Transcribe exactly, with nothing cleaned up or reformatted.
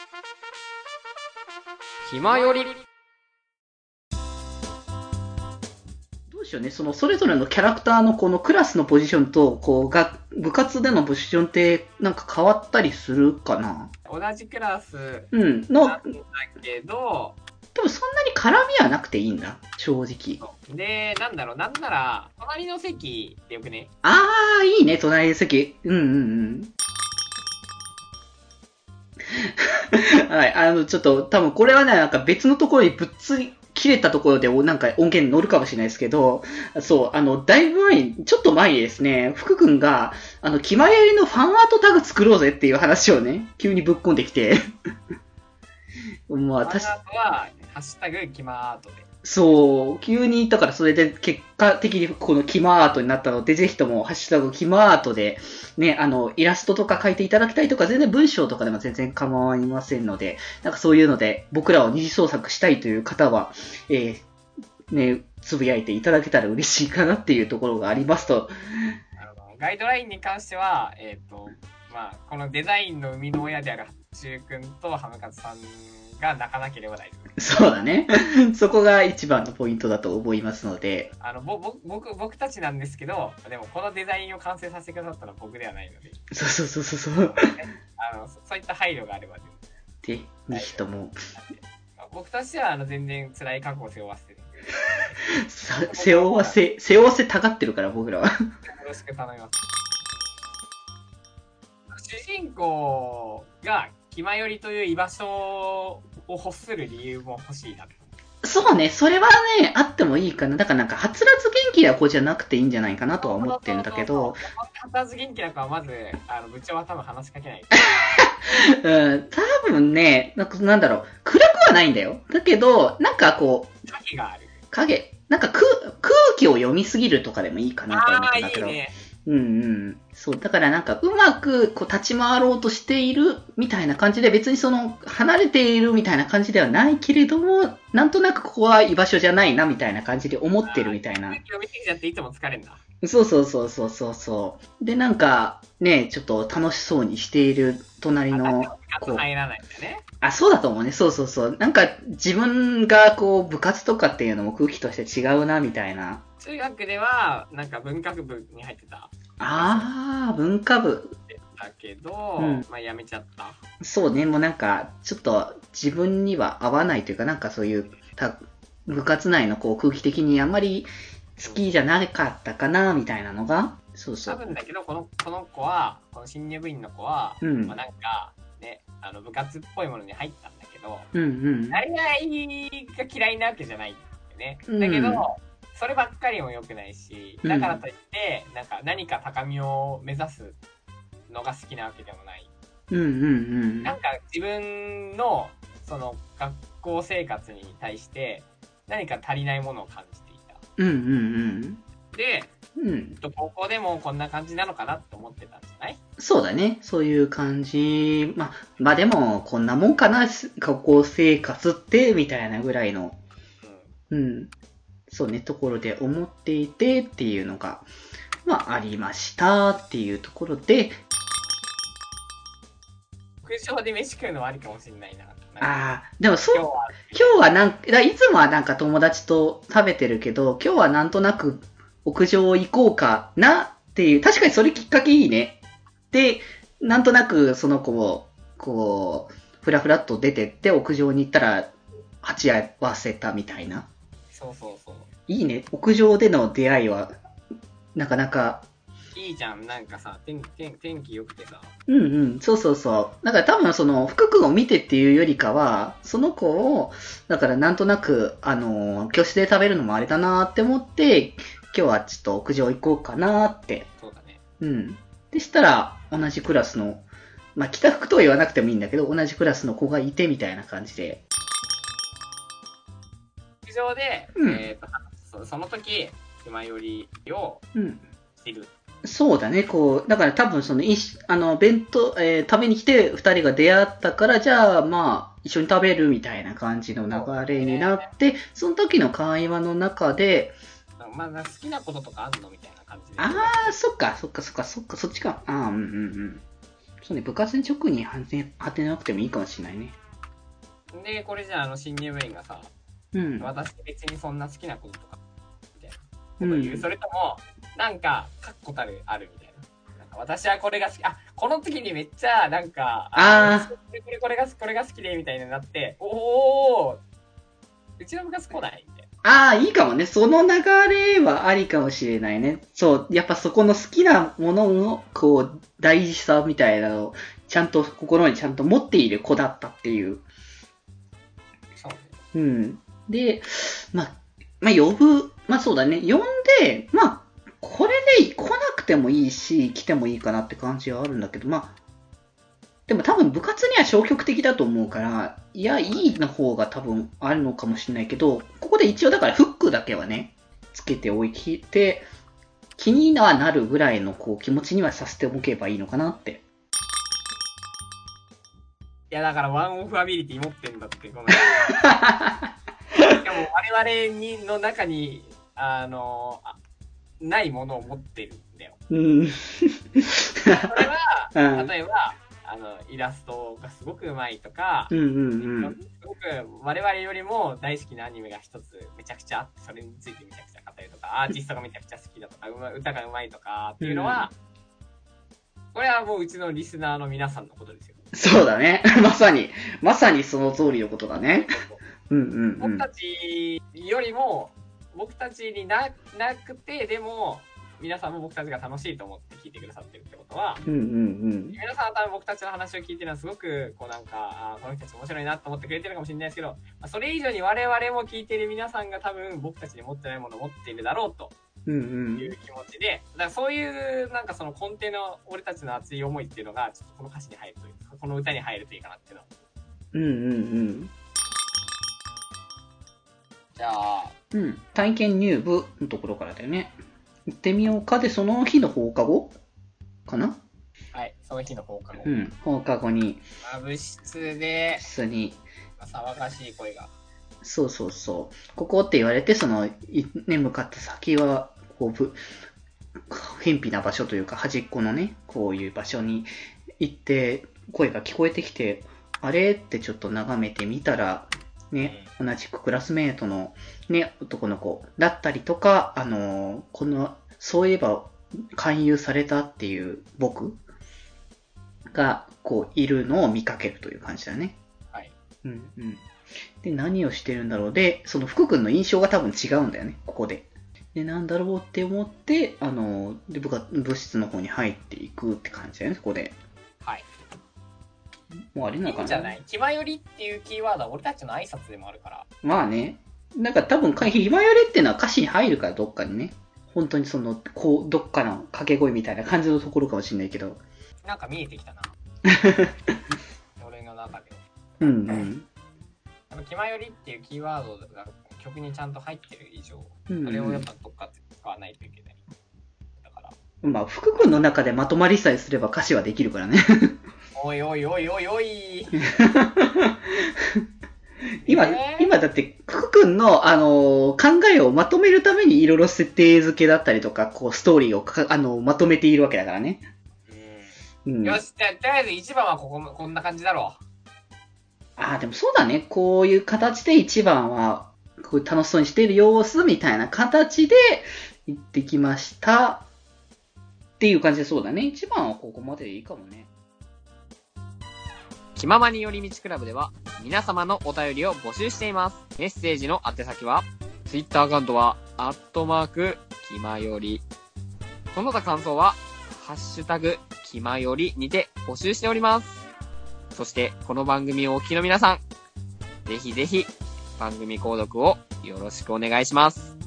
暇より。 どうしようね、そのそれぞれのキャラクターのこのクラスのポジションと、こう、が、部活でのポジションってなんか変わったりするかな。 同じクラスうん、の、 なんだけど、 多分そんなに絡みはなくていいんだ、正直。 で、なんだろう、なんなら、隣の席ってよくね。 あー、いいね、隣の席。うんうんうん。はい、あの、ちょっと、多分これはね、なんか別のところにぶっつり切れたところで、おなんか音源乗るかもしれないですけど、そう、あの、だいぶ前に、ちょっと前にですね、福君が、あの、気まよりのファンアートタグ作ろうぜっていう話をね、急にぶっ込んできて。まあ、 ファンアー確かトは、ハッシュタグキマアートで。 そう、急に言ったからそれで結果的にこのキマアートになったので、ぜひともハッシュタグキマアートで、ね、あの、イラストとか書いていただきたいとか、全然文章とかでも全然構いませんので、なんかそういうので、僕らを二次創作したいという方は、えー、ね、つぶやいていただけたら嬉しいかなっていうところがありますと。 あのガイドラインに関しては、えっ、と、まあ、このデザインの生みの親である八中くんとハムカツさんが泣かなければ大丈夫。 そうだね。そこが一番のポイントだと思いますので。 あの、ぼ、ぼ、僕、僕たちなんですけど、でもこのデザインを完成させてくださったのは僕ではないので、 そうそうそうそうそう。 あの、そそういった配慮があれば全で、ぜひとも。 然まあ僕としては、あの、全然辛い過去を背負わせてるんで、よさ背負わせ、背負わせたがってるから僕らは。 ろしく頼みます。主人公が気まよりという居場所を欲する理由も欲しいな。 そうね、それはね、あってもいいかな。だからなんか、はつらつ元気な子じゃなくていいんじゃないかなとは思ってるんだけど、 片付元気な子はまず、あの部長は多分話しかけない。 うん、多分ね、なんかなんだろう、暗くはないんだよ。だけど、なんかこう、 影がある。 影、なんか空空気を読みすぎるとかでもいいかなと思っああ、 てんだけど。 いいね。 うんうん。そう。だからなんか、うまくこう立ち回ろうとしているみたいな感じで、別にその、離れているみたいな感じではないけれども、なんとなくここは居場所じゃないなみたいな感じで思ってるみたいな。 空気読みすぎちゃっていつも疲れんだ。 そうそうそうそうそうそう。で、なんか、ね、ちょっと楽しそうにしている隣の部活入らないんだね。 あ、そうだと思うね。そうそうそう。なんか、自分がこう、部活とかっていうのも空気として違うな、みたいな。 中学では、なんか文学部に入ってた。 あー、文化部。 だけど、 うんまあやめちゃった。 そうね、もうなんか、ちょっと自分には合わないというか、なんかそういう、た部活内のこう空気的にあんまり好きじゃなかったかな、みたいなのが。そうそ多う。 分だけど、この、この子は、この新入部員の子は、 うんまあなんか、ね、あの部活っぽいものに入ったんだけど、 うんうん。 何々が嫌いなわけじゃないんだよね。 うんだけど、そればっかりも良くないし、 うんだからといって、なんか何か高みを目指すのが好きなわけでもない。 うんうんうん。 なんか自分のその学校生活に対して何か足りないものを感じていた。 うんうんで、 うん。うん。 高校でもこんな感じなのかなって思ってたんじゃない？ そうだね。そういう感じ。まあ、まあでも、こんなもんかな、学校生活って、みたいなぐらいの、 うん。 うん。そうね、ところで思っていてっていうのが、まあ、ありましたっていうところで、 屋上で飯食うのはありかもしれないな。なんかああ、でもそう、 今日は、 今日はなんか、いつもはなんか友達と食べてるけど、今日はなんとなく屋上行こうかなっていう、確かにそれきっかけいいね。で、なんとなくその子を、こう、ふらふらっと出てって屋上に行ったら、鉢合わせたみたいな。 そうそうそう。 いいね。屋上での出会いは、なかなか、 いいじゃん、なんかさ、天天天気良くてさ。 うんうん、そうそうそう。だから多分その、福君を見てっていうよりかは、その子を、だからなんとなく、あの、教室で食べるのもあれだなって思って、今日はちょっと屋上行こうかなって。 そうだね。 うん。でしたら、同じクラスの、まあ、北福とは言わなくてもいいんだけど、同じクラスの子がいてみたいな感じで。 屋上で、 うんえっ、とそ、その時、気まよりをうん。 知る。 そうだね、こう、だから多分その、いしあの、弁当、えー食べに来て二人が出会ったから、じゃあ、まあ、一緒に食べるみたいな感じの流れになって、その時の会話の中で、 まあ、好きなこととかあんのみたいな感じで。 あー、そっか、そっか、そっか、そっか、そっちか。あー、うんうんうん。 そうね、部活に直に当て当てなくてもいいかもしれないね。 で、これじゃあ、あの、新入部員がさ、 うん。 私別にそんな好きなこととか、みたいなこと言う。 うん、 それとも、なんか、確固たるあるみたいな。なんか私はこれが好き、あ、この時にめっちゃ、なんか、 あこれ、これ、これが、これが好きで、みたいになって、おー、うちの部活来ないみたいな。 ああ、いいかもね。その流れはありかもしれないね。そう、やっぱそこの好きなものの、こう、大事さみたいなのを、ちゃんと心にちゃんと持っている子だったっていう。 そうね。 うん。で、まあ、まあ、呼ぶ、まあそうだね。呼んで、まあ、これで来なくてもいいし、来てもいいかなって感じはあるんだけど、まあ、でも多分部活には消極的だと思うから、いや、いいの方が多分あるのかもしれないけど、ここで一応だからフックだけはね、つけておいて、気にはなるぐらいのこう気持ちにはさせておけばいいのかなって。 いや、だからワンオフアビリティ持ってんだって、この。しかも我々にの中に、あの、ないものを持ってるんだよ。 うん。 それは、 うん、 例えば、あの、イラストがすごく上手いとか、 うんうんうん、 すごく我々よりも大好きなアニメが一つめちゃくちゃあって、それについてめちゃくちゃ語るとか、アーティストがめちゃくちゃ好きだとか、歌が上手いとかっていうのは、うん、これはもううちのリスナーの皆さんのことですよ。 そうだね。まさに、まさにその通りのことだね。うんうんうん、 僕たちよりも、僕たちにな、なくて、でも、皆さんも僕たちが楽しいと思って聞いてくださってるってことは、 うんうんうん、 皆さんは多分僕たちの話を聞いてるのはすごく、こうなんか、あこの人たち面白いなと思ってくれてるかもしれないですけど、それ以上に我々も聞いてる皆さんが多分僕たちに持ってないものを持っているだろうという気持ちで、だからそういうなんかその根底の俺たちの熱い思いっていうのが、ちょっとこの歌詞に入るというか、この歌に入るといいかなっていうのは。 うんうんうん。 じゃあ、 うん、体験入部のところからだよね。行ってみようかで、その日の放課後かな。 はい、その日の放課後。 うん、放課後に。 まあ、部室で、 部室に。 騒がしい声が。 そうそうそう。ここって言われて、その、ね、向かった先は、こう、ぶ、偏僻な場所というか、端っこのね、こういう場所に行って、声が聞こえてきて、あれってちょっと眺めてみたら、ね、同じくクラスメートのね、男の子だったりとか、あのー、この、そういえば勧誘されたっていう僕が、こう、いるのを見かけるという感じだね。 はい。 うんうん。で、何をしてるんだろう。で、その福君の印象が多分違うんだよね、ここで。で、なんだろうって思って、あのー、で、部活、部室の方に入っていくって感じだよね、ここで。 はい。 もうあれなのかな。 いいんじゃない？気まよりっていうキーワードは俺たちの挨拶でもあるから。 まあね。なんか多分、ひまよりっていうのは歌詞に入るから、どっかにね。本当にその、こう、どっかの掛け声みたいな感じのところかもしれないけど。 なんか見えてきたな。俺の中で。 うんうん。 やっぱ気まよりっていうキーワードが曲にちゃんと入ってる以上、 うんうん、 それをやっぱどっかで使わないといけない。だから。 まあ、福君の中でまとまりさえすれば歌詞はできるからね。 おいおいおいおいおい今、えー、今だって、福君の、あのー、考えをまとめるためにいろいろ設定付けだったりとか、こう、ストーリーをか、あのー、まとめているわけだからね。 うん。うん、よし、じゃあ、とりあえずいちばんはここ、こんな感じだろう。 ああ、でもそうだね。こういう形でいちばんは、こう楽しそうにしている様子みたいな形で行ってきました。っていう感じでそうだね。いちばんはここまででいいかもね。 気ままに寄り道クラブでは皆様のお便りを募集しています。メッセージの宛先は Twitter アカウントはアットマーク気まより、その他感想はハッシュタグ気まよりにて募集しております。そしてこの番組をお聞きの皆さん、ぜひぜひ番組購読をよろしくお願いします。